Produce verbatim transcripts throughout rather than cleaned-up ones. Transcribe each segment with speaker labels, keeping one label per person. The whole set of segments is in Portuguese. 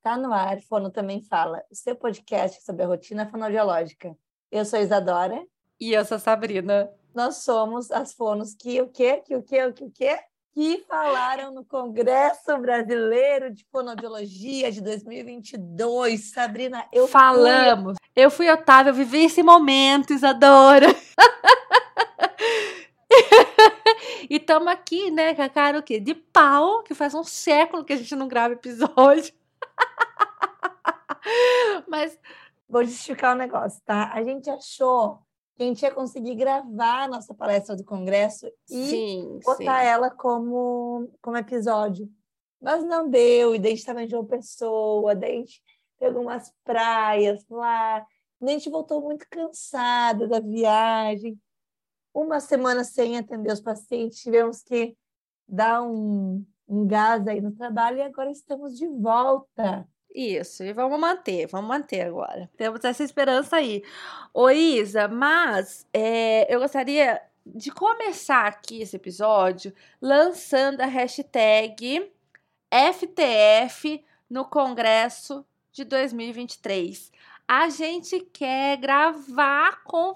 Speaker 1: Está no ar, Fono Também Fala, o seu podcast sobre a rotina fonoaudiológica. Eu sou Isadora.
Speaker 2: E eu sou Sabrina.
Speaker 1: Nós somos as fonos que o quê, que o quê, o que o quê, que falaram no Congresso Brasileiro de Fonoaudiologia de dois mil e vinte e dois. Sabrina, eu
Speaker 2: Falamos.
Speaker 1: fui...
Speaker 2: Eu fui Otávia, eu vivi esse momento, Isadora. E estamos aqui, né, com a cara o quê? De pau, que faz um século que a gente não grava episódio. Mas
Speaker 1: vou justificar o negócio, tá? A gente achou que a gente ia conseguir gravar a nossa palestra do Congresso e
Speaker 2: sim,
Speaker 1: botar
Speaker 2: sim.
Speaker 1: ela como, como episódio. Mas não deu, e daí a gente estava em João Pessoa, daí a gente pegou umas praias lá, daí a gente voltou muito cansada da viagem. Uma semana sem atender os pacientes, tivemos que dar um, um gás aí no trabalho e agora estamos de volta.
Speaker 2: Isso, e vamos manter, vamos manter agora. Temos essa esperança aí. Ô Isa, mas é, eu gostaria de começar aqui esse episódio lançando a hashtag F T F no Congresso de dois mil e vinte e três. A gente quer gravar com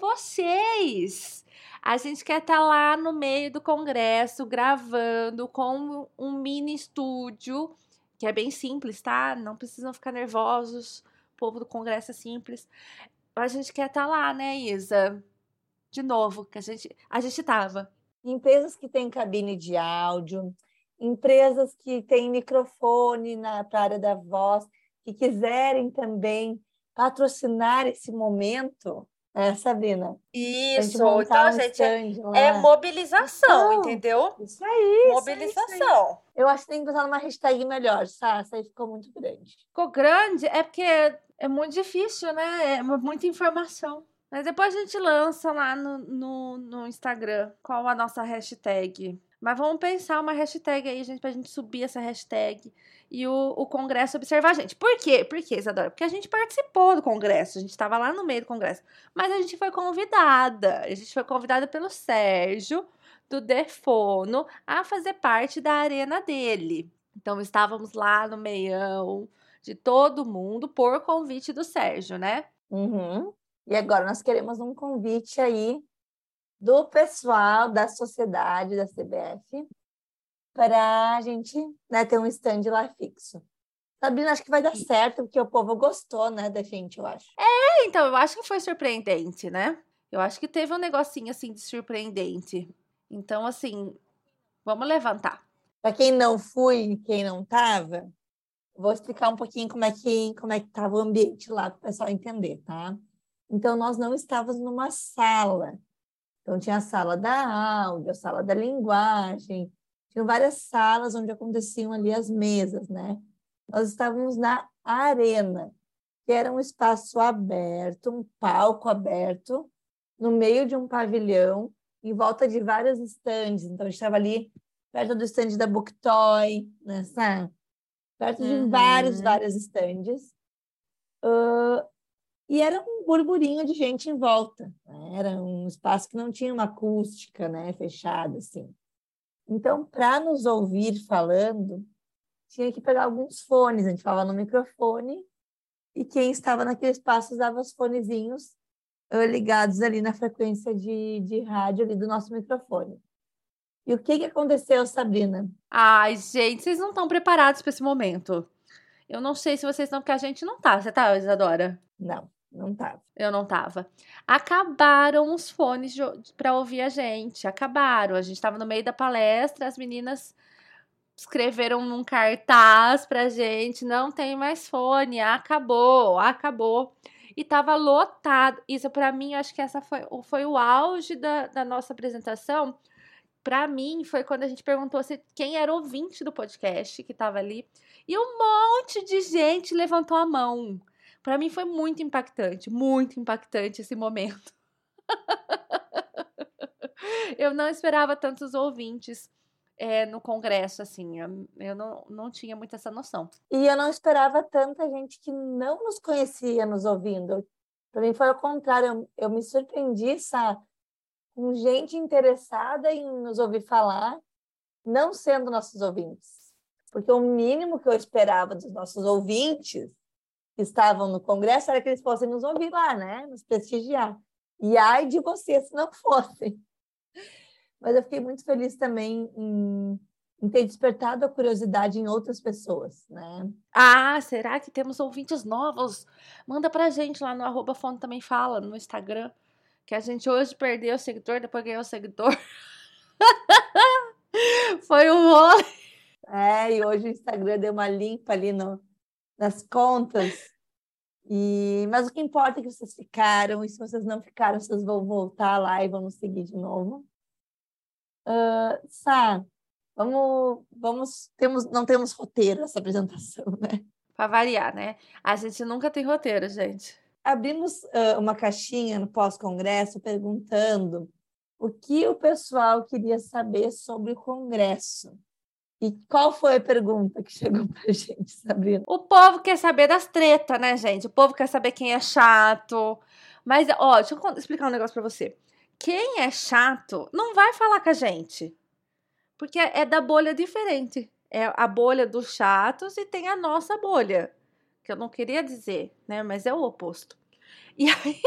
Speaker 2: vocês. A gente quer estar lá no meio do Congresso gravando com um mini estúdio, que é bem simples, tá? Não precisam ficar nervosos. O povo do Congresso é simples. A gente quer estar lá, né, Isa? De novo, que a gente, a gente tava.
Speaker 1: Empresas que têm cabine de áudio, empresas que têm microfone na pra área da voz, que quiserem também patrocinar esse momento, é, Sabrina?
Speaker 2: Isso,
Speaker 1: montar
Speaker 2: então,
Speaker 1: um
Speaker 2: gente, é,
Speaker 1: stand lá.
Speaker 2: é mobilização,
Speaker 1: Então,
Speaker 2: entendeu?
Speaker 1: Isso aí,
Speaker 2: Mobilização.
Speaker 1: Isso aí, isso aí. Eu acho que tem que botar numa hashtag melhor, sabe? Essa aí ficou muito grande.
Speaker 2: Ficou grande, é porque é muito difícil, né? É muita informação. Mas depois a gente lança lá no, no, no Instagram qual a nossa hashtag. Mas vamos pensar uma hashtag aí, gente, pra gente subir essa hashtag e o, o Congresso observar a gente. Por quê? Por quê, Isadora? Porque a gente participou do Congresso, a gente estava lá no meio do Congresso. Mas a gente foi convidada. A gente foi convidada pelo Sérgio, do Defono, a fazer parte da arena dele. Então, estávamos lá no meião de todo mundo por convite do Sérgio, né?
Speaker 1: Uhum. E agora nós queremos um convite aí do pessoal da sociedade da C B F para a gente, né, ter um stand lá fixo. Sabrina, acho que vai dar certo, porque o povo gostou, né, da gente, eu acho.
Speaker 2: É, então, eu acho que foi surpreendente, né? Eu acho que teve um negocinho, assim, de surpreendente. Então, assim, vamos levantar.
Speaker 1: Para quem não foi e quem não estava, vou explicar um pouquinho como é que como é que estava o ambiente lá para o pessoal entender, tá? Então, nós não estávamos numa sala. Então, tinha a sala da áudio, a sala da linguagem, tinham várias salas onde aconteciam ali as mesas, né? Nós estávamos na arena, que era um espaço aberto, um palco aberto, no meio de um pavilhão, em volta de vários estandes. Então, a gente estava ali perto do estande da Booktoy, né, sabe? Perto de
Speaker 2: Uhum.
Speaker 1: vários, vários estandes. Uh, e era um burburinho de gente em volta. Né? Era um espaço que não tinha uma acústica, né, fechada, assim. Então, para nos ouvir falando, tinha que pegar alguns fones. A gente falava no microfone e quem estava naquele espaço usava os fonezinhos uh, ligados ali na frequência de, de rádio ali do nosso microfone. E o que, que aconteceu, Sabrina?
Speaker 2: Ai, gente, vocês não estão preparados para esse momento. Eu não sei se vocês estão, porque a gente não tá. Você tá, Isadora?
Speaker 1: Não, não estava.
Speaker 2: Eu não tava. Acabaram os fones para ouvir a gente. Acabaram. A gente estava no meio da palestra, as meninas escreveram num cartaz pra gente, não tem mais fone, acabou, acabou. E tava lotado. Isso, pra mim, acho que essa foi, foi o auge da, da nossa apresentação. Pra mim, foi quando a gente perguntou se quem era ouvinte do podcast que tava ali. E um monte de gente levantou a mão. Pra mim foi muito impactante, muito impactante esse momento. Eu não esperava tantos ouvintes é, no congresso, assim. Eu, eu não, não tinha muito essa noção.
Speaker 1: E eu não esperava tanta gente que não nos conhecia nos ouvindo. Para mim foi ao contrário. Eu, eu me surpreendi, sabe? Com gente interessada em nos ouvir falar, não sendo nossos ouvintes. Porque o mínimo que eu esperava dos nossos ouvintes que estavam no congresso era que eles fossem nos ouvir lá, né? Nos prestigiar. E ai de vocês se não fossem. Mas eu fiquei muito feliz também em, em ter despertado a curiosidade em outras pessoas, né?
Speaker 2: Ah, será que temos ouvintes novos? Manda pra gente lá no arroba Fono Também Fala, no Instagram. Que a gente hoje perdeu o seguidor, depois ganhou o seguidor. Foi um rolo.
Speaker 1: É, e hoje o Instagram deu uma limpa ali no, nas contas. E, mas o que importa é que vocês ficaram, e se vocês não ficaram, vocês vão voltar lá e vão nos seguir de novo. Uh, Sá, vamos, vamos, temos, não temos roteiro nessa apresentação, né?
Speaker 2: Pra variar, né? A gente nunca tem roteiro, gente.
Speaker 1: Abrimos uh, uma caixinha no pós-congresso perguntando o que o pessoal queria saber sobre o congresso. E qual foi a pergunta que chegou pra gente, Sabrina?
Speaker 2: O povo quer saber das tretas, né, gente? O povo quer saber quem é chato. Mas, ó, deixa eu explicar um negócio pra você. Quem é chato não vai falar com a gente. Porque é da bolha diferente. É a bolha dos chatos e tem a nossa bolha. Que eu não queria dizer, né? Mas é o oposto. E aí,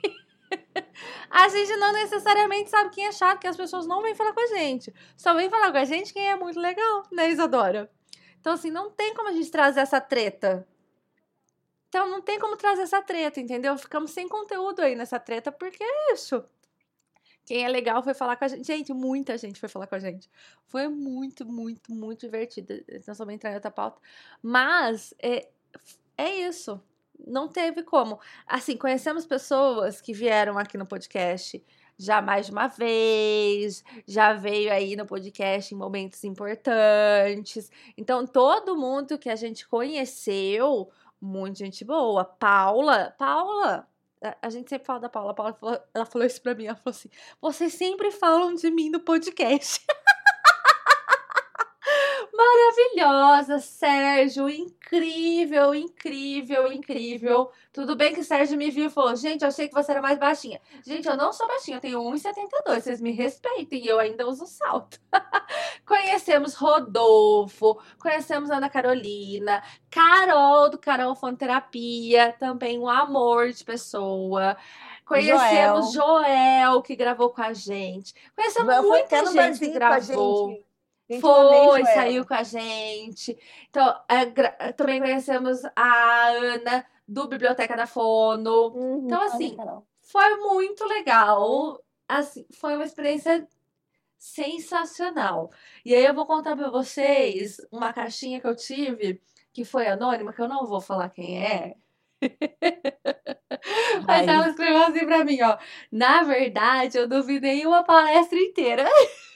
Speaker 2: a gente não necessariamente sabe quem é chato, porque as pessoas não vêm falar com a gente. Só vem falar com a gente quem é muito legal, né, Isadora? Então, assim, não tem como a gente trazer essa treta. Então, não tem como trazer essa treta, entendeu? Ficamos sem conteúdo aí nessa treta, porque é isso. Quem é legal foi falar com a gente. Gente, muita gente foi falar com a gente. Foi muito, muito, muito divertido. Nós vamos entrar em outra pauta. Mas, é, é isso. Não teve como. Assim, conhecemos pessoas que vieram aqui no podcast já mais de uma vez, já veio aí no podcast em momentos importantes. Então, todo mundo que a gente conheceu, muita gente boa. Paula, Paula, a gente sempre fala da Paula. A Paula falou, ela falou isso pra mim, ela falou assim, vocês sempre falam de mim no podcast. Maravilhosa, Sérgio, incrível, incrível, incrível. Tudo bem que o Sérgio me viu e falou, gente, eu achei que você era mais baixinha. Gente, eu não sou baixinha, eu tenho um e setenta e dois, vocês me respeitem e eu ainda uso salto. Conhecemos Rodolfo, conhecemos Ana Carolina, Carol do Carol Fonoterapia, também um amor de pessoa. Conhecemos Joel, Joel que gravou com a gente. Conhecemos
Speaker 1: Joel foi até
Speaker 2: muita
Speaker 1: no
Speaker 2: gente que
Speaker 1: barzinho com a
Speaker 2: gravou.
Speaker 1: gente. Gente, eu amei
Speaker 2: Foi,
Speaker 1: Joel.
Speaker 2: saiu com a gente. Então, é, gra- também conhecemos a Ana do Biblioteca da Fono.
Speaker 1: Uhum,
Speaker 2: Então,
Speaker 1: olha,
Speaker 2: assim,
Speaker 1: Carol.
Speaker 2: foi muito legal. Assim, foi uma experiência sensacional. E aí eu vou contar para vocês uma caixinha que eu tive, que foi anônima, que eu não vou falar quem é. Mas
Speaker 1: Ai,
Speaker 2: ela escreveu assim pra mim, ó. Na verdade, eu não vi nenhuma palestra inteira.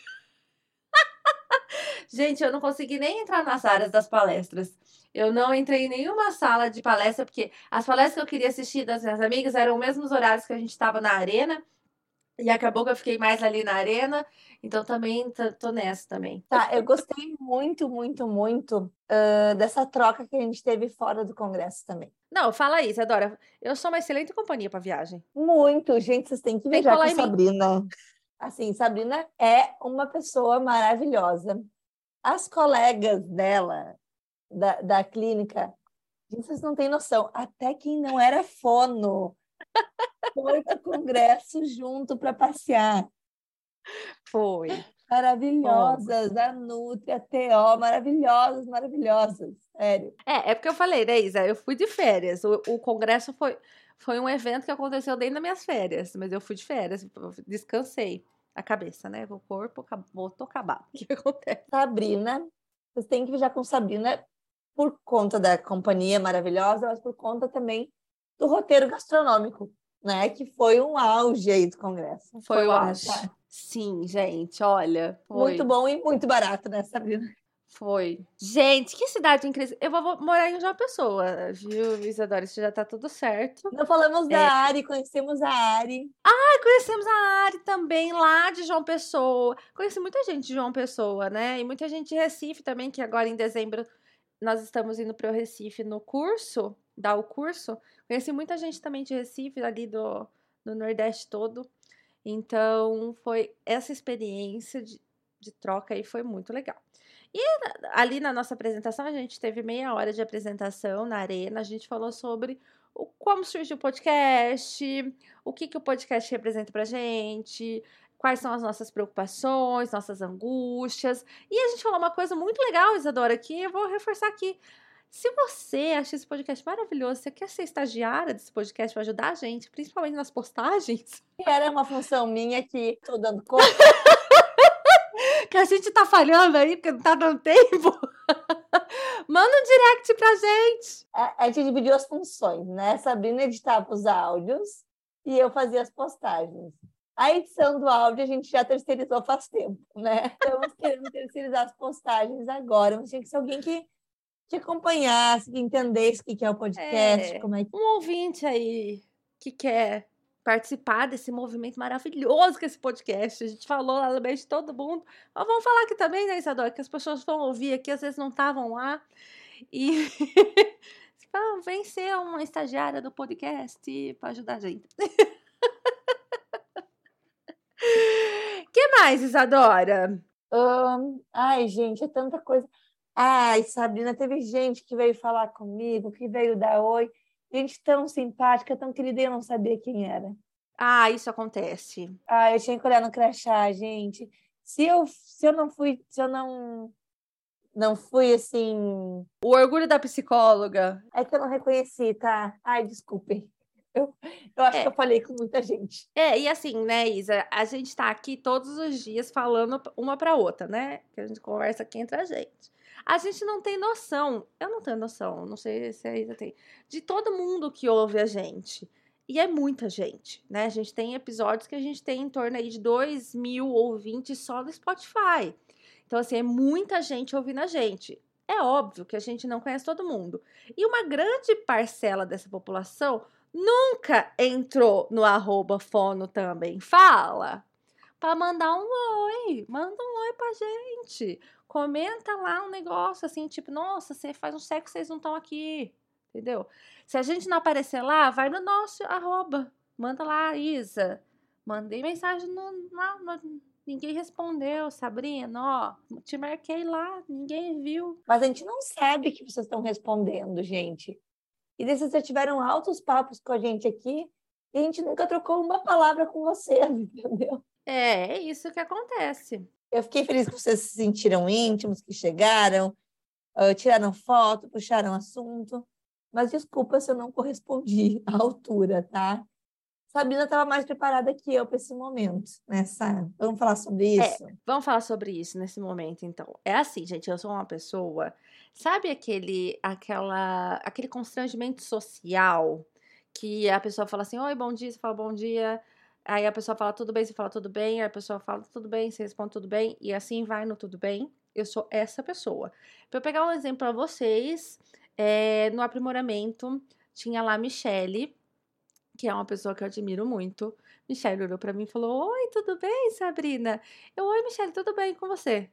Speaker 2: Gente, eu não consegui nem entrar nas áreas das palestras. Eu não entrei em nenhuma sala de palestra, porque as palestras que eu queria assistir das minhas amigas eram os mesmos horários que a gente estava na arena. E acabou que eu fiquei mais ali na arena. Então também tô, tô nessa também.
Speaker 1: tá, eu gostei muito, muito, muito uh, dessa troca que a gente teve fora do congresso também.
Speaker 2: Não, fala isso, Adora. Eu sou uma excelente companhia para viagem.
Speaker 1: Muito, gente, vocês têm que
Speaker 2: Tem que
Speaker 1: viajar com
Speaker 2: colar
Speaker 1: a
Speaker 2: em mim.
Speaker 1: Sabrina. Assim, Sabrina é uma pessoa maravilhosa. As colegas dela, da, da clínica, gente, vocês não têm noção, até quem não era fono foi para o congresso junto para passear.
Speaker 2: Foi.
Speaker 1: Maravilhosas, a Nutri, a T O, maravilhosas, maravilhosas, sério.
Speaker 2: É, é porque eu falei, né, Isa? Eu fui de férias. O, o congresso foi, foi um evento que aconteceu dentro das minhas férias, mas eu fui de férias, eu descansei a cabeça, né? O corpo voltou acabado. O que acontece?
Speaker 1: Sabrina, vocês têm que viajar com Sabrina por conta da companhia maravilhosa, mas por conta também do roteiro gastronômico, né? Que foi um auge aí do congresso.
Speaker 2: Foi, foi o
Speaker 1: lá,
Speaker 2: auge.
Speaker 1: Tá?
Speaker 2: Sim, gente, olha. Foi.
Speaker 1: Muito bom e muito barato, né, Sabrina?
Speaker 2: Foi. Gente, que cidade incrível. Eu vou, vou morar em João Pessoa, viu, Isadora? Isso já tá tudo certo.
Speaker 1: Não falamos da é. Ari, conhecemos a Ari.
Speaker 2: Ah, conhecemos a Ari também, lá de João Pessoa. Conheci muita gente de João Pessoa, né? E muita gente de Recife também, que agora em dezembro nós estamos indo para o Recife no curso, dar o curso. Conheci muita gente também de Recife, ali do, do Nordeste todo. Então, foi essa experiência de, de troca aí foi muito legal. E ali na nossa apresentação, a gente teve meia hora de apresentação na arena, a gente falou sobre o, como surgiu o podcast, o que, que o podcast representa pra gente, quais são as nossas preocupações, nossas angústias. E a gente falou uma coisa muito legal, Isadora, que eu vou reforçar aqui. Se você acha esse podcast maravilhoso, você quer ser estagiária desse podcast para ajudar a gente, principalmente nas postagens,
Speaker 1: Era uma função minha que estou dando conta.
Speaker 2: que a gente tá falhando aí, porque não tá dando tempo, manda um direct pra gente.
Speaker 1: A, a gente dividiu as funções, né? Sabrina editava os áudios e eu fazia as postagens. A edição do áudio a gente já terceirizou faz tempo, né? Estamos querendo terceirizar as postagens agora, mas tinha que ser alguém que, que acompanhasse, que entendesse o que é o podcast,
Speaker 2: É,
Speaker 1: como é que...
Speaker 2: um ouvinte aí que quer participar desse movimento maravilhoso que é esse podcast. A gente falou lá no meio de todo mundo. Mas vamos falar aqui também, né, Isadora? Que as pessoas vão ouvir aqui, às vezes não estavam lá. E vão vem ser uma estagiária do podcast para ajudar a gente. Que mais, Isadora?
Speaker 1: Um, ai, gente, é tanta coisa. Ai, Sabrina, teve gente que veio falar comigo, que veio dar oi. Gente tão simpática, tão querida, e eu não sabia quem era.
Speaker 2: Ah, isso acontece.
Speaker 1: Ah, eu tinha que olhar no crachá, gente. Se eu, se eu não fui, se eu não, não fui assim.
Speaker 2: O orgulho da psicóloga.
Speaker 1: É que eu não reconheci, tá? Ai, desculpem. Eu, eu acho
Speaker 2: É.
Speaker 1: que eu falei com muita gente.
Speaker 2: É, e assim, né, Isa, a gente tá aqui todos os dias falando uma pra outra, né? Que a gente conversa aqui entre a gente. A gente não tem noção, eu não tenho noção, não sei se a Isa tem, de todo mundo que ouve a gente. E é muita gente, né? A gente tem episódios que a gente tem em torno aí de dois mil ouvintes só no Spotify. Então, assim, é muita gente ouvindo a gente. É óbvio que a gente não conhece todo mundo. E uma grande parcela dessa população nunca entrou no arroba fono também fala para mandar um oi, manda um oi pra gente, comenta lá um negócio assim, tipo, nossa, você faz um século que vocês não estão aqui, entendeu? Se a gente não aparecer lá, vai no nosso arroba, manda lá, Isa, mandei mensagem no, lá, no, ninguém respondeu, Sabrina, ó, te marquei lá, ninguém viu.
Speaker 1: Mas a gente não sabe que vocês estão respondendo, gente. E daí vocês já tiveram altos papos com a gente aqui e a gente nunca trocou uma palavra com vocês, entendeu?
Speaker 2: É, é isso que acontece.
Speaker 1: Eu fiquei feliz que vocês se sentiram íntimos, que chegaram, uh, tiraram foto, puxaram assunto. Mas desculpa se eu não correspondi à altura, tá? Sabrina estava mais preparada que eu para esse momento, né, Sara? Vamos falar sobre isso?
Speaker 2: É, vamos falar sobre isso nesse momento, então. É assim, gente, eu sou uma pessoa, sabe aquele, aquela, aquele constrangimento social que a pessoa fala assim, oi, bom dia, você fala bom dia, aí a pessoa fala tudo bem, você fala tudo bem, aí a pessoa fala tudo bem, você responde tudo bem, e assim vai no tudo bem. Eu sou essa pessoa. Para eu pegar um exemplo para vocês, é, no aprimoramento tinha lá a Michele, que é uma pessoa que eu admiro muito. Michelle olhou pra mim e falou, oi, tudo bem, Sabrina? Eu, oi, Michelle, tudo bem com você?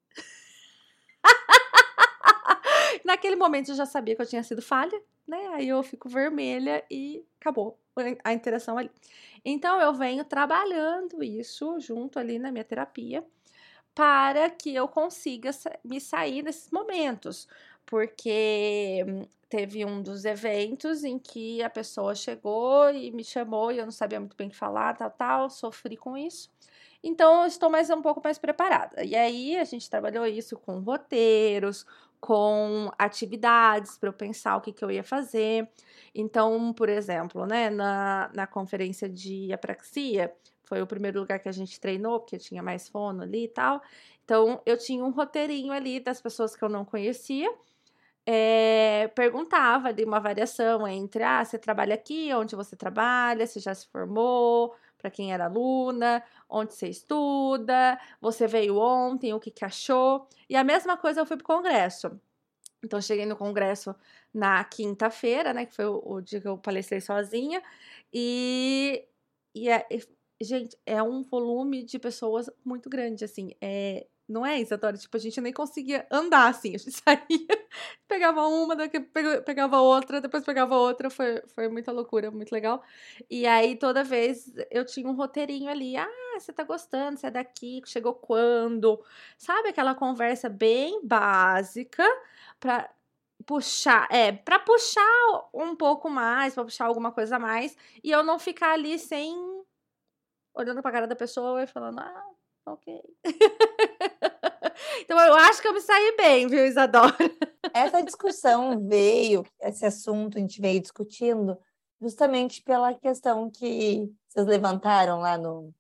Speaker 2: Naquele momento eu já sabia que eu tinha sido falha, né? Aí eu fico vermelha e acabou a interação ali. Então eu venho trabalhando isso junto ali na minha terapia para que eu consiga me sair desses momentos, porque teve um dos eventos em que a pessoa chegou e me chamou e eu não sabia muito bem o que falar, tal, tal, sofri com isso. Então, eu estou mais um pouco mais preparada. E aí, a gente trabalhou isso com roteiros, com atividades para eu pensar o que, que eu ia fazer. Então, por exemplo, né, na, na conferência de apraxia, foi o primeiro lugar que a gente treinou, porque tinha mais fono ali e tal. Então, eu tinha um roteirinho ali das pessoas que eu não conhecia. É, perguntava ali uma variação entre, ah, você trabalha aqui, onde você trabalha, você já se formou, para quem era aluna, onde você estuda, você veio ontem, o que, que achou. E a mesma coisa eu fui para o congresso. Então, cheguei no congresso na quinta-feira, né, que foi o, o dia que eu palestrei sozinha, e, e é, gente, é um volume de pessoas muito grande, assim, é Não é, Isadora? Tipo, a gente nem conseguia andar, assim. A gente saía, pegava uma, daqui, pegava outra, depois pegava outra. Foi, foi muita loucura, muito legal. E aí, toda vez, eu tinha um roteirinho ali. Ah, você tá gostando? Você é daqui? Chegou quando? Sabe aquela conversa bem básica pra puxar, é, pra puxar um pouco mais, pra puxar alguma coisa a mais. E eu não ficar ali sem... olhando pra cara da pessoa e falando, ah, ok. Então, eu acho que eu me saí bem, viu, Isadora?
Speaker 1: Essa discussão veio, esse assunto a gente veio discutindo justamente pela questão que vocês levantaram lá no,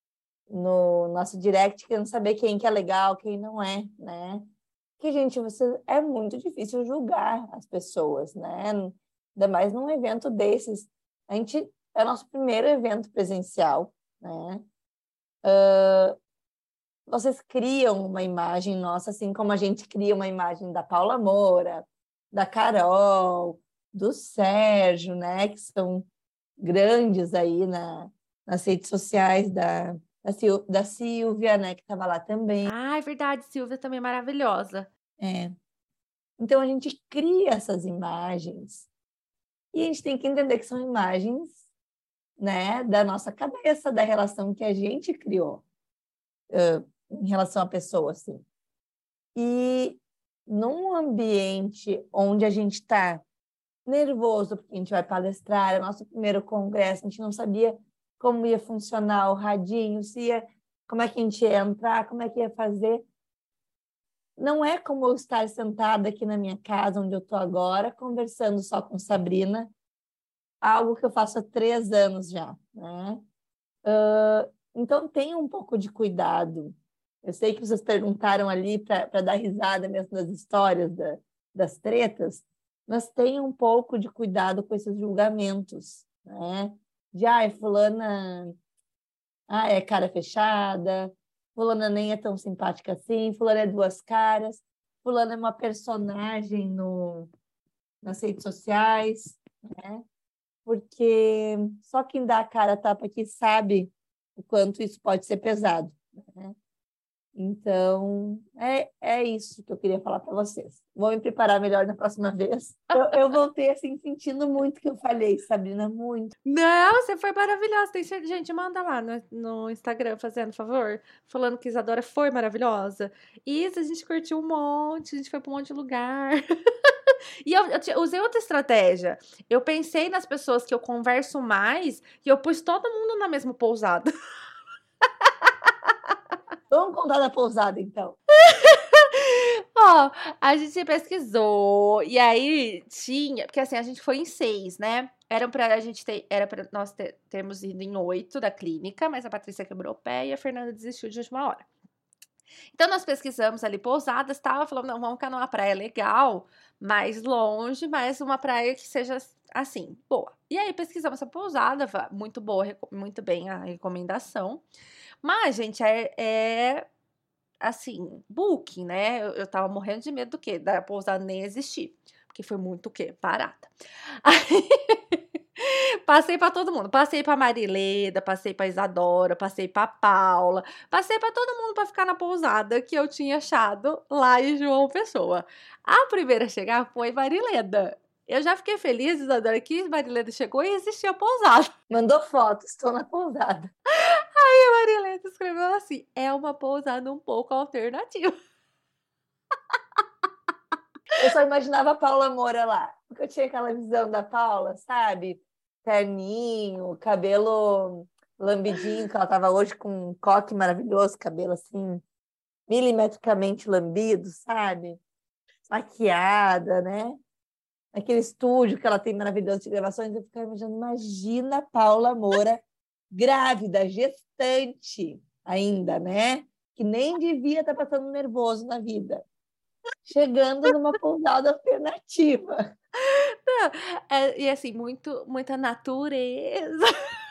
Speaker 1: no nosso direct, querendo saber quem que é legal, quem não é, né? Que, gente, você, é muito difícil julgar as pessoas, né? Ainda mais num evento desses. A gente, é o nosso primeiro evento presencial, né? Uh, vocês criam uma imagem nossa, assim como a gente cria uma imagem da Paula Moura, da Carol, do Sérgio, né? Que são grandes aí na, nas redes sociais da, da, Sil, da Silvia, né? Que estava lá também.
Speaker 2: Ah, é verdade, Silvia também é maravilhosa.
Speaker 1: É. Então, a gente cria essas imagens e a gente tem que entender que são imagens, né, da nossa cabeça, da relação que a gente criou uh, em relação à pessoa, assim. E num ambiente onde a gente está nervoso, porque a gente vai palestrar, é o nosso primeiro congresso, a gente não sabia como ia funcionar o radinho, se ia, como é que a gente ia entrar, como é que ia fazer. Não é como eu estar sentada aqui na minha casa, onde eu estou agora, conversando só com Sabrina, algo que eu faço há três anos já, né? Uh, então, tenha um pouco de cuidado. Eu sei que vocês perguntaram ali para dar risada mesmo das histórias, da, das tretas, mas tenha um pouco de cuidado com esses julgamentos, né? De, ah, fulana ah, é cara fechada, fulana nem é tão simpática assim, fulana é duas caras, fulana é uma personagem no, nas redes sociais, né? Porque só quem dá a cara a tapa aqui sabe o quanto isso pode ser pesado, né? Então, é, é isso que eu queria falar para vocês. Vou me preparar melhor na próxima vez. Eu, eu voltei, assim, sentindo muito o que eu falei, Sabrina, muito.
Speaker 2: Não, você foi maravilhosa. Tem certeza, gente, manda lá no, no Instagram, fazendo favor, falando que Isadora foi maravilhosa. Isso, a gente curtiu um monte, a gente foi para um monte de lugar. E eu, eu usei outra estratégia. Eu pensei nas pessoas que eu converso mais e eu pus todo mundo na mesma pousada.
Speaker 1: Vamos contar da pousada, então.
Speaker 2: Ó, a gente pesquisou e aí tinha, porque assim, a gente foi em seis, né? Era pra a gente ter, era pra nós ter, termos ido em oito da clínica, mas a Patrícia quebrou o pé e a Fernanda desistiu de última hora. Então nós pesquisamos ali pousadas, tava falando, não, vamos ficar numa praia legal, mais longe, mas uma praia que seja assim, boa. E aí pesquisamos essa pousada, muito boa, muito bem a recomendação. Mas, gente, é, é assim, booking, né? Eu, eu tava morrendo de medo do quê? Da pousada nem existir. Porque foi muito o quê? Barata. Aí, passei pra todo mundo. Passei pra Marileda, passei pra Isadora, passei pra Paula. Passei pra todo mundo pra ficar na pousada que eu tinha achado lá em João Pessoa. A primeira a chegar foi Marileda. Eu já fiquei feliz, Isadora, que Marileda chegou e existia a pousada.
Speaker 1: Mandou foto, estou na pousada.
Speaker 2: Aí a Marileda escreveu assim, é uma pousada um pouco alternativa.
Speaker 1: Eu só imaginava a Paula Moura lá, porque eu tinha aquela visão da Paula, sabe? Terninho, cabelo lambidinho, que ela estava hoje com um coque maravilhoso, cabelo assim, milimetricamente lambido, sabe? Maquiada, né? Aquele estúdio que ela tem maravilhoso de gravações, eu ficava imaginando, imagina a Paula Moura grávida, gestante ainda, né? Que nem devia estar passando nervoso na vida. Chegando numa pousada alternativa.
Speaker 2: Não, é, e assim, muito, muita natureza.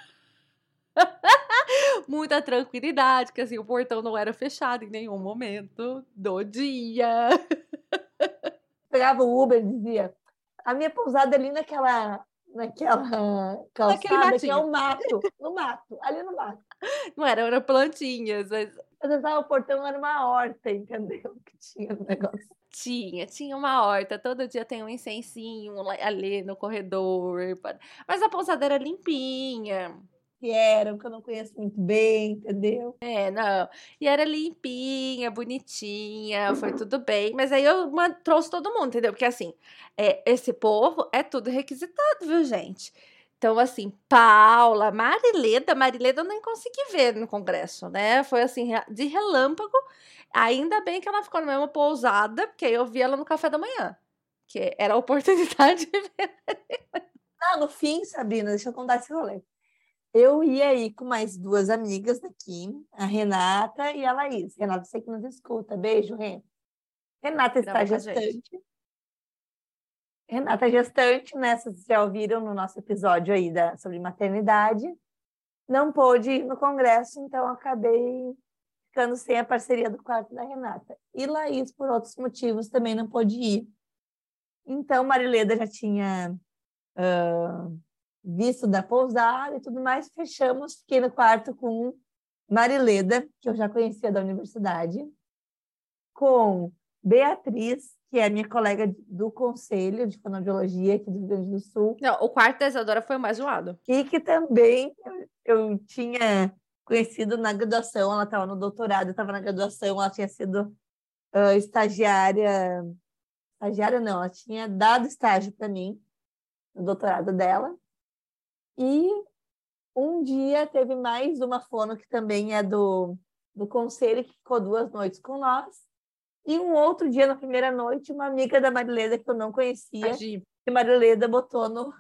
Speaker 2: Muita tranquilidade, que assim, o portão não era fechado em nenhum momento do dia.
Speaker 1: Pegava o Uber e dizia, a minha pousada ali naquela, naquela calçada que é o mato, no mato, ali no mato.
Speaker 2: Não era, eram plantinhas, mas
Speaker 1: Às vezes, ah, o portão era uma horta, entendeu? Que tinha no negócio.
Speaker 2: Tinha, tinha uma horta. Todo dia tem um incensinho lá- ali no corredor. pa- Mas a pousada era limpinha.
Speaker 1: Que eram, que eu não conheço muito bem, entendeu?
Speaker 2: É, não. E era limpinha, bonitinha, foi tudo bem. Mas aí eu man- trouxe todo mundo, entendeu? Porque assim, é, esse povo é tudo requisitado, viu, gente? Então, assim, Paula, Marileda, Marileda eu nem consegui ver no congresso, né? Foi assim, re- de relâmpago. Ainda bem que ela ficou na mesma pousada, porque aí eu vi ela no café da manhã. Que era a oportunidade de ver.
Speaker 1: Ah, no fim, Sabrina, deixa eu contar esse rolê. Eu ia aí com mais duas amigas daqui, a Renata e a Laís. Renata, sei que nos escuta. Beijo, Ren. Renata está
Speaker 2: Grava com a gente.
Speaker 1: gestante. Renata é gestante, né? Vocês já ouviram no nosso episódio aí da, sobre maternidade. Não pôde ir no congresso, então acabei ficando sem a parceria do quarto da Renata. E Laís, por outros motivos, também não pôde ir. Então, Marileda já tinha uh, visto da pousada e tudo mais. Fechamos, fiquei no quarto com Marileda, que eu já conhecia da universidade, com Beatriz, que é minha colega do Conselho de Fonoaudiologia aqui do Rio Grande do Sul,
Speaker 2: Não, o quarto da Isadora foi o mais zoado.
Speaker 1: e que também eu, eu tinha conhecido na graduação, ela estava no doutorado, eu estava na graduação, ela tinha sido uh, estagiária, estagiária não, ela tinha dado estágio para mim, no doutorado dela, e um dia teve mais uma fono que também é do, do Conselho, que ficou duas noites com nós, e um outro dia, na primeira noite, uma amiga da Marileda que eu não conhecia,
Speaker 2: Agi.
Speaker 1: que a Marileda botou no,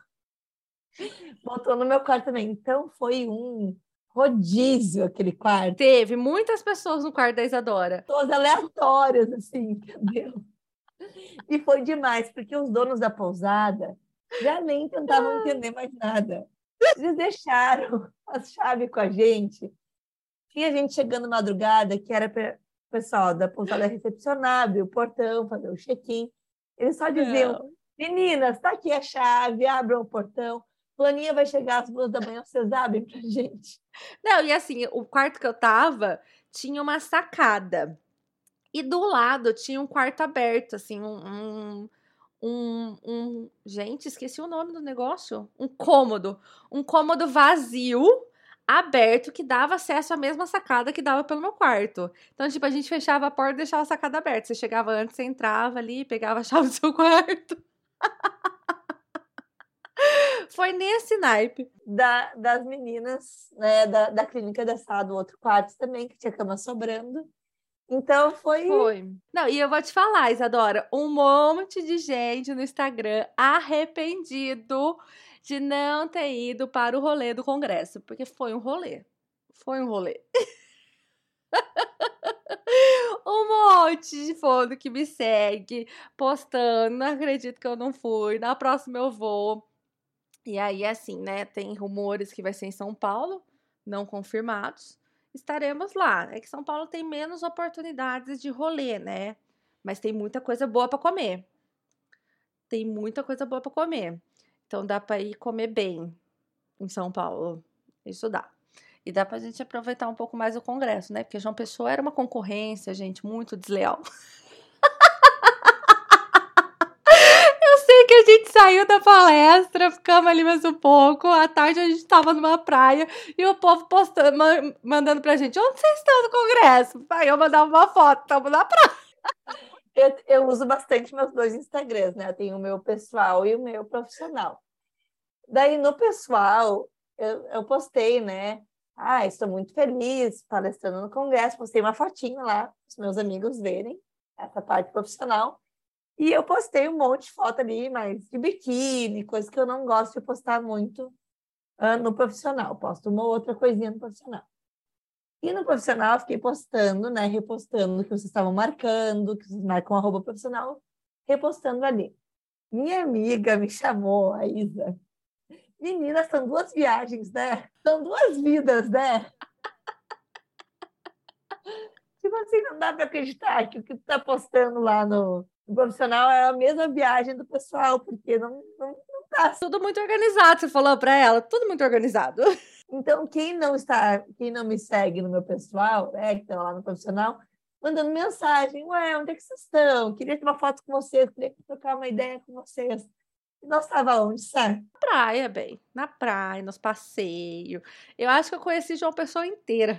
Speaker 1: botou no meu quarto também. Então, foi um rodízio aquele quarto.
Speaker 2: Teve muitas pessoas no quarto da Isadora.
Speaker 1: Todas aleatórias, assim, entendeu? E foi demais, porque os donos da pousada já nem tentavam entender mais nada. Eles deixaram a chave com a gente. Tinha gente chegando madrugada, que era para o pessoal da pousada recepcionar, abrir o portão, fazer o check-in. Eles só diziam,
Speaker 2: Não.
Speaker 1: meninas, está aqui a chave, abram o portão. Fulaninha vai chegar às duas da manhã, vocês abrem para gente.
Speaker 2: Não, e assim, o quarto que eu tava tinha uma sacada. E do lado tinha um quarto aberto, assim, um, um, um, um- Gente, esqueci o nome do negócio. Um cômodo. Um cômodo vazio, aberto, que dava acesso à mesma sacada que dava pelo meu quarto. Então, tipo, a gente fechava a porta e deixava a sacada aberta. Você chegava antes, você entrava ali, pegava a chave do seu quarto. Foi nesse naipe.
Speaker 1: Da, das meninas, né, da, da clínica da sala do outro quarto também, que tinha cama sobrando. Então, foi...
Speaker 2: Foi. Não, e eu vou te falar, Isadora, um monte de gente no Instagram arrependido de não ter ido para o rolê do congresso, porque foi um rolê. Foi um rolê. Um monte de foto que me segue, postando, não acredito que eu não fui, na próxima eu vou. E aí, assim, né, tem rumores que vai ser em São Paulo, não confirmados. Estaremos lá. É que São Paulo tem menos oportunidades de rolê, né? Mas tem muita coisa boa para comer. Tem muita coisa boa para comer. Então dá para ir comer bem em São Paulo. Isso dá. E dá pra gente aproveitar um pouco mais o congresso, né? Porque João Pessoa era uma concorrência, gente, muito desleal. Eu sei que a gente saiu da palestra, ficamos ali mais um pouco. À tarde a gente tava numa praia e o povo postando, ma- mandando pra gente: onde vocês estão no congresso? Aí eu mandava uma foto, tamo na praia.
Speaker 1: Eu, eu uso bastante meus dois Instagrams, né? Eu tenho o meu pessoal e o meu profissional. Daí, no pessoal, eu, eu postei, né? Ah, estou muito feliz palestrando no congresso. Postei uma fotinho lá, para os meus amigos verem essa parte profissional. E eu postei um monte de foto ali, mas de biquíni, coisa que eu não gosto de postar muito uh, no profissional. Posto uma outra coisinha no profissional. E no profissional, eu fiquei postando, né? Repostando que vocês estavam marcando, que vocês marcam arroba profissional, repostando ali. Minha amiga me chamou, a Isa. Menina, são duas viagens, né? São duas vidas, né? Tipo assim, não dá para acreditar que o que tu tá postando lá no, no profissional é a mesma viagem do pessoal, porque não, não, não dá.
Speaker 2: Tudo muito organizado, você falou pra ela, tudo muito organizado.
Speaker 1: Então, quem não está, quem não me segue no meu pessoal, né, que está lá no profissional, mandando mensagem, ué, onde é que vocês estão? Queria ter uma foto com vocês, queria trocar uma ideia com vocês. E nós estava onde, sabe?
Speaker 2: Na praia, bem, na praia, nos passeios. Eu acho que eu conheci João Pessoa inteira.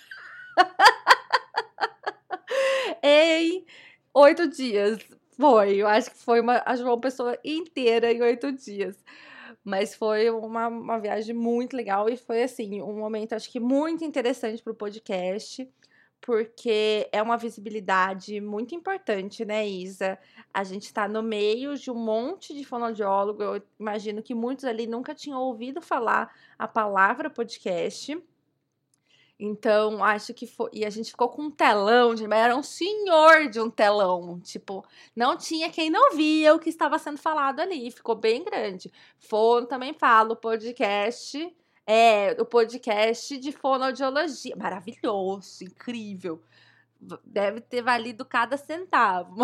Speaker 2: Em oito dias. Foi, eu acho que foi uma, a João Pessoa inteira em oito dias. Mas foi uma, uma viagem muito legal e foi, assim, um momento, acho que muito interessante para o podcast, porque é uma visibilidade muito importante, né, Isa? A gente está no meio de um monte de fonoaudiólogo, eu imagino que muitos ali nunca tinham ouvido falar a palavra podcast. Então, acho que foi. E a gente ficou com um telão, de... mas era um senhor de um telão. Tipo, não tinha quem não via o que estava sendo falado ali. Ficou bem grande. Fono também falo, podcast. É, o podcast de fonoaudiologia. Maravilhoso, incrível. Deve ter valido cada centavo.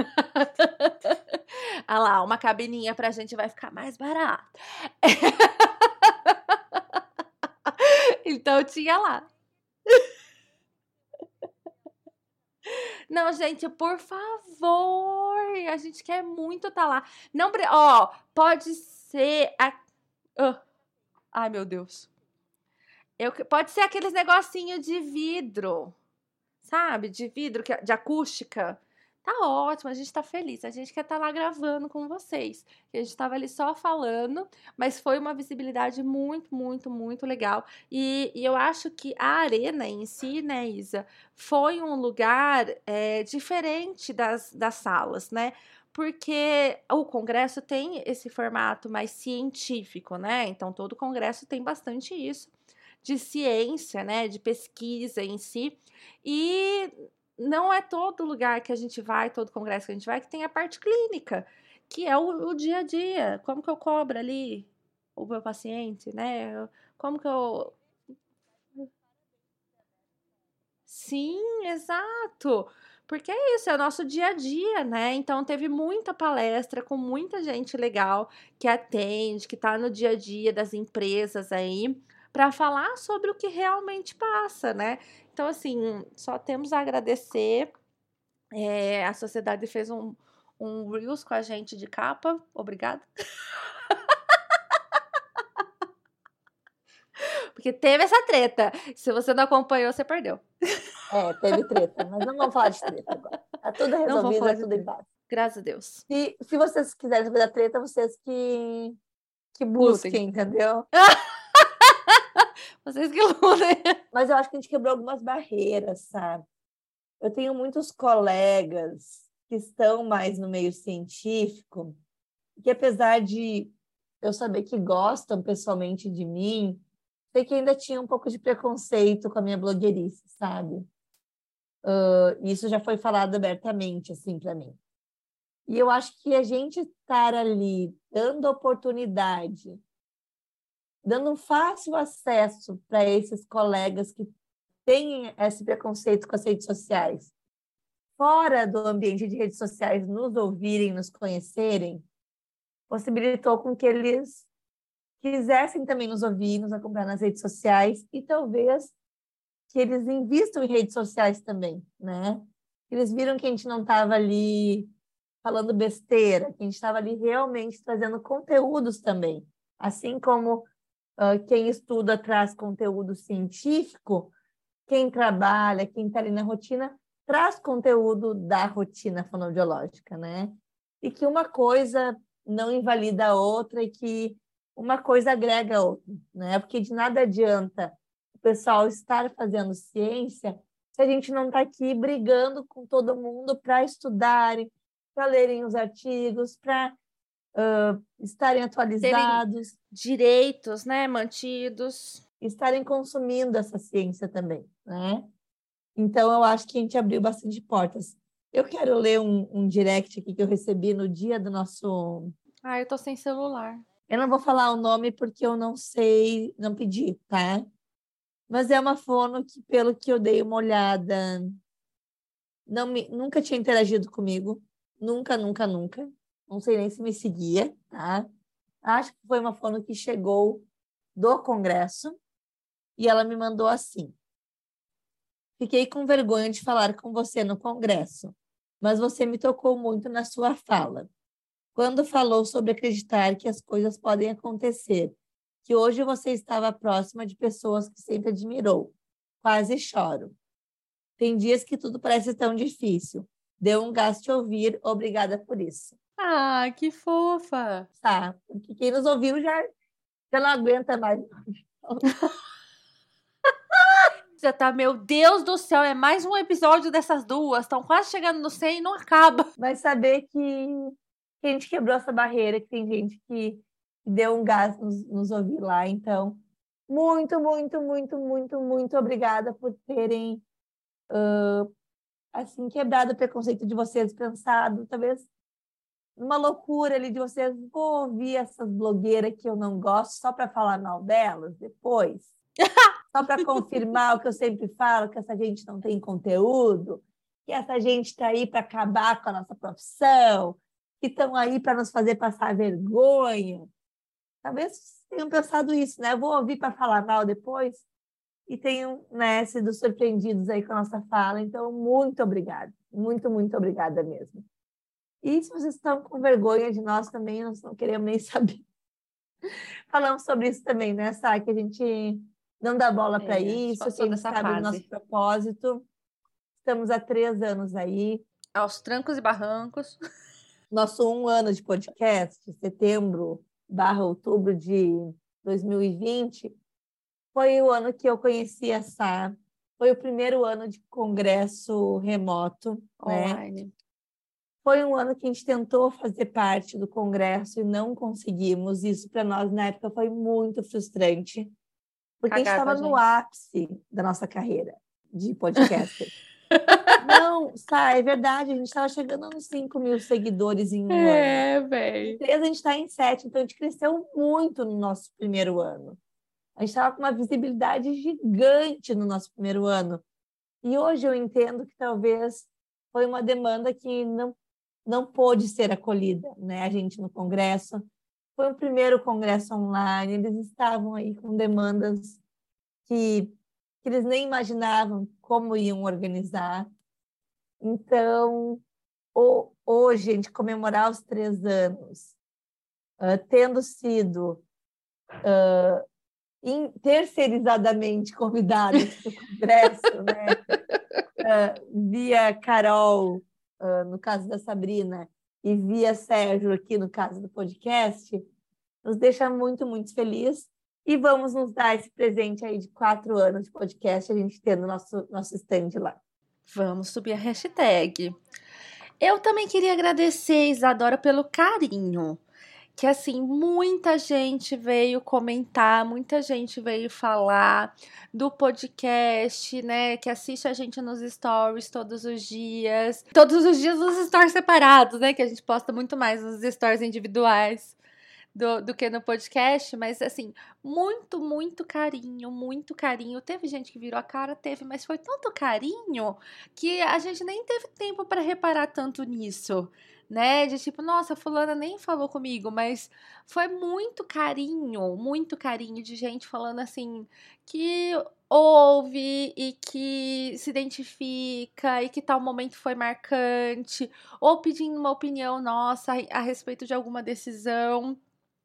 Speaker 2: Olha lá, uma cabininha pra gente vai ficar mais barata. Então, tinha lá. Não, gente, por favor, a gente quer muito estar lá. Não, ó, pode ser a... oh, ai, meu Deus. Eu, pode ser aqueles negocinho de vidro, sabe? De vidro, de acústica. Tá ótimo, a gente tá feliz. A gente quer estar lá gravando com vocês. A gente tava ali só falando, mas foi uma visibilidade muito, muito, muito legal. E, e eu acho que a arena em si, né, Isa, foi um lugar é, diferente das, das salas, né? Porque o congresso tem esse formato mais científico, né? Então, todo congresso tem bastante isso, de ciência, né? De pesquisa em si. E não é todo lugar que a gente vai, todo congresso que a gente vai, que tem a parte clínica, que é o, o dia a dia. Como que eu cobro ali o meu paciente, né? Como que eu... Sim, exato. Porque é isso, é o nosso dia a dia, né? Então teve muita palestra com muita gente legal que atende, que tá no dia a dia das empresas aí, para falar sobre o que realmente passa, né? Então, assim, só temos a agradecer. É, a sociedade fez um, um Reels com a gente de capa. Obrigada. Porque teve essa treta. Se você não acompanhou, você perdeu.
Speaker 1: É, teve treta, mas não vamos falar de treta agora. Tá tudo resolvido, tá tudo em paz.
Speaker 2: Graças a Deus.
Speaker 1: E se vocês quiserem saber da treta, vocês que, que busquem, entendeu?
Speaker 2: Vocês que lutem.
Speaker 1: Mas eu acho que a gente quebrou algumas barreiras, sabe? Eu tenho muitos colegas que estão mais no meio científico, que apesar de eu saber que gostam pessoalmente de mim, sei que ainda tinha um pouco de preconceito com a minha blogueirice, sabe? Uh, isso já foi falado abertamente, assim, para mim. E eu acho que a gente estar ali dando oportunidade, dando um fácil acesso para esses colegas que têm esse preconceito com as redes sociais, fora do ambiente de redes sociais, nos ouvirem, nos conhecerem, possibilitou com que eles quisessem também nos ouvir, nos acompanhar nas redes sociais e talvez que eles invistam em redes sociais também, né? Eles viram que a gente não estava ali falando besteira, que a gente estava ali realmente trazendo conteúdos também. Assim como uh, quem estuda traz conteúdo científico, quem trabalha, quem está ali na rotina, traz conteúdo da rotina fonoaudiológica, né? E que uma coisa não invalida a outra e que uma coisa agrega a outra, né? Porque de nada adianta o pessoal estar fazendo ciência se a gente não está aqui brigando com todo mundo para estudarem, para lerem os artigos, para uh, estarem atualizados.
Speaker 2: Terem direitos, né, mantidos.
Speaker 1: Estarem consumindo essa ciência também, né? Então, eu acho que a gente abriu bastante portas. Eu quero ler um, um direct aqui que eu recebi no dia do nosso...
Speaker 2: Ah, eu tô sem celular.
Speaker 1: Eu não vou falar o nome porque eu não sei, não pedi, tá? Mas é uma fono que, pelo que eu dei uma olhada, não me, nunca tinha interagido comigo. Nunca, nunca, nunca. Não sei nem se me seguia, tá? Acho que foi uma fono que chegou do Congresso E ela me mandou assim: fiquei com vergonha de falar com você no congresso, mas você me tocou muito na sua fala. Quando falou sobre acreditar que as coisas podem acontecer, que hoje você estava próxima de pessoas que sempre admirou. Quase choro. Tem dias que tudo parece tão difícil. Deu um gasto de ouvir, obrigada por isso.
Speaker 2: Ah, que fofa!
Speaker 1: Tá, porque quem nos ouviu já, já não aguenta mais.
Speaker 2: Você tá, meu Deus do céu, é mais um episódio dessas duas. Estão quase chegando no cem e não acaba.
Speaker 1: Mas saber que, que a gente quebrou essa barreira, que tem gente que deu um gás nos, nos ouvir lá. Então, muito, muito, muito, muito, muito obrigada por terem uh, assim, quebrado o preconceito de vocês, pensado, talvez uma loucura ali de vocês, vou ouvir essas blogueiras que eu não gosto só para falar mal delas depois. Só para confirmar o que eu sempre falo, que essa gente não tem conteúdo, que essa gente está aí para acabar com a nossa profissão, que estão aí para nos fazer passar vergonha. Talvez tenham pensado isso, né? Eu vou ouvir para falar mal depois e tenham, né, sido surpreendidos aí com a nossa fala. Então, muito obrigada. Muito, muito obrigada mesmo. E se vocês estão com vergonha de nós também, nós não queremos nem saber. Falamos sobre isso também, né, Sá? Que a gente não dá bola para
Speaker 2: É,
Speaker 1: isso,
Speaker 2: passou
Speaker 1: que a gente
Speaker 2: dessa
Speaker 1: sabe do
Speaker 2: fase.
Speaker 1: nosso propósito. Estamos há três anos aí.
Speaker 2: Aos trancos e barrancos.
Speaker 1: Nosso um ano de podcast, setembro barra outubro de dois mil e vinte, foi o ano que eu conheci a Sá. Foi o primeiro ano de congresso remoto, né?
Speaker 2: Online.
Speaker 1: Foi um ano que a gente tentou fazer parte do congresso e não conseguimos. Isso para nós, na época, foi muito frustrante, porque
Speaker 2: Cagaram
Speaker 1: a
Speaker 2: com a
Speaker 1: gente estava no
Speaker 2: gente.
Speaker 1: ápice da nossa carreira de podcaster. Não, Sá, é verdade, a gente estava chegando nos cinco mil seguidores em um ano.
Speaker 2: É,
Speaker 1: Em
Speaker 2: velho.
Speaker 1: três, a gente está em sete, então a gente cresceu muito no nosso primeiro ano. A gente estava com uma visibilidade gigante no nosso primeiro ano. E hoje eu entendo que talvez foi uma demanda que não, não pôde ser acolhida, né? A gente no congresso. Foi o primeiro congresso online, eles estavam aí com demandas que, que eles nem imaginavam como iam organizar. Então, o, hoje, a gente comemorar os três anos, uh, tendo sido uh, in, terceirizadamente convidados para o congresso, né? uh, via Carol, uh, no caso da Sabrina, e via Sérgio aqui no caso do podcast, nos deixa muito, muito feliz. E vamos nos dar esse presente aí de quatro anos de podcast, a gente tendo nosso, nosso stand lá.
Speaker 2: Vamos subir a hashtag. Eu também queria agradecer, Isadora, pelo carinho. Que, assim, muita gente veio comentar, muita gente veio falar do podcast, né? Que assiste a gente nos stories todos os dias. Todos os dias nos stories separados, né? Que a gente posta muito mais nos stories individuais do, do que no podcast. Mas, assim, muito, muito carinho, muito carinho. Teve gente que virou a cara, teve, mas foi tanto carinho que a gente nem teve tempo para reparar tanto nisso. Né, de tipo, nossa, fulana nem falou comigo, mas foi muito carinho, muito carinho de gente falando assim, que ouve e que se identifica e que tal momento foi marcante, ou pedindo uma opinião nossa a, a respeito de alguma decisão.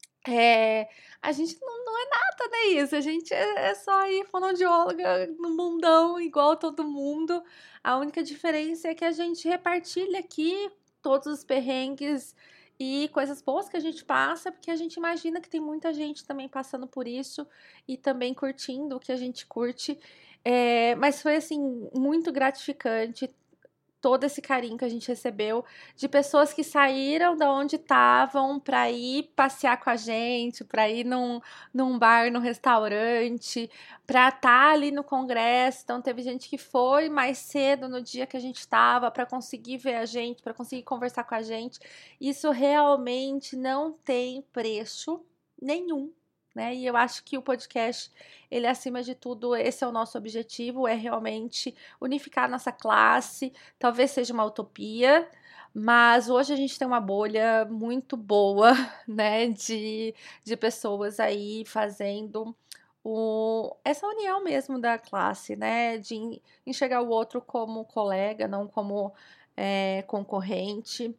Speaker 2: É, a gente não, não é nada, né, isso, a gente é, é só aí fonoaudióloga no mundão, igual todo mundo. A única diferença é que a gente repartilha aqui todos os perrengues e coisas boas que a gente passa, porque a gente imagina que tem muita gente também passando por isso e também curtindo o que a gente curte. É, mas foi, assim, muito gratificante todo esse carinho que a gente recebeu de pessoas que saíram da onde estavam para ir passear com a gente, para ir num, num bar, num restaurante, para estar ali no congresso. Então teve gente que foi mais cedo no dia que a gente estava para conseguir ver a gente, para conseguir conversar com a gente. Isso realmente não tem preço nenhum. Né? E eu acho que o podcast, ele acima de tudo, esse é o nosso objetivo, é realmente unificar a nossa classe. Talvez seja uma utopia, mas hoje a gente tem uma bolha muito boa, né, de, de pessoas aí fazendo o, essa união mesmo da classe, né? De enxergar o outro como colega, não como é, concorrente.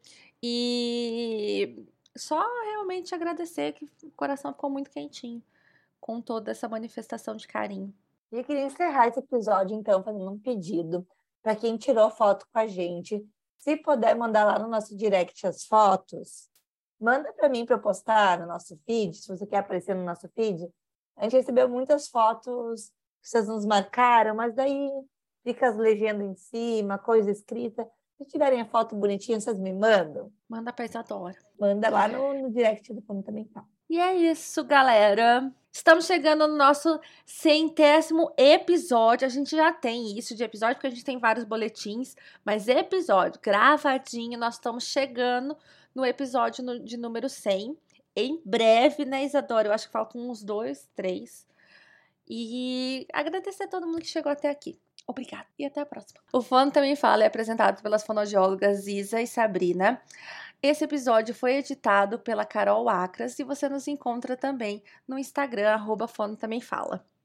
Speaker 2: E só realmente agradecer que o coração ficou muito quentinho com toda essa manifestação de carinho.
Speaker 1: E eu queria encerrar esse episódio, então, fazendo um pedido para quem tirou foto com a gente. Se puder mandar lá no nosso direct as fotos, manda para mim para eu postar no nosso feed, se você quer aparecer no nosso feed. A gente recebeu muitas fotos que vocês nos marcaram, mas daí fica as legendas em cima, coisa escrita. Se tiverem a foto bonitinha, vocês me mandam?
Speaker 2: Manda pra Isadora.
Speaker 1: Manda lá no, no direct do Fome Também Fala.
Speaker 2: E é isso, galera. Estamos chegando no nosso centésimo episódio. A gente já tem isso de episódio, porque a gente tem vários boletins, mas episódio gravadinho, nós estamos chegando no episódio de número cem. Em breve, né, Isadora? Eu acho que faltam uns dois, três. E agradecer a todo mundo que chegou até aqui. Obrigada e até a próxima. O Fono Também Fala é apresentado pelas fonoaudiólogas Isa e Sabrina. Esse episódio foi editado pela Carol Acras e você nos encontra também no Instagram, arroba Fono Também Fala.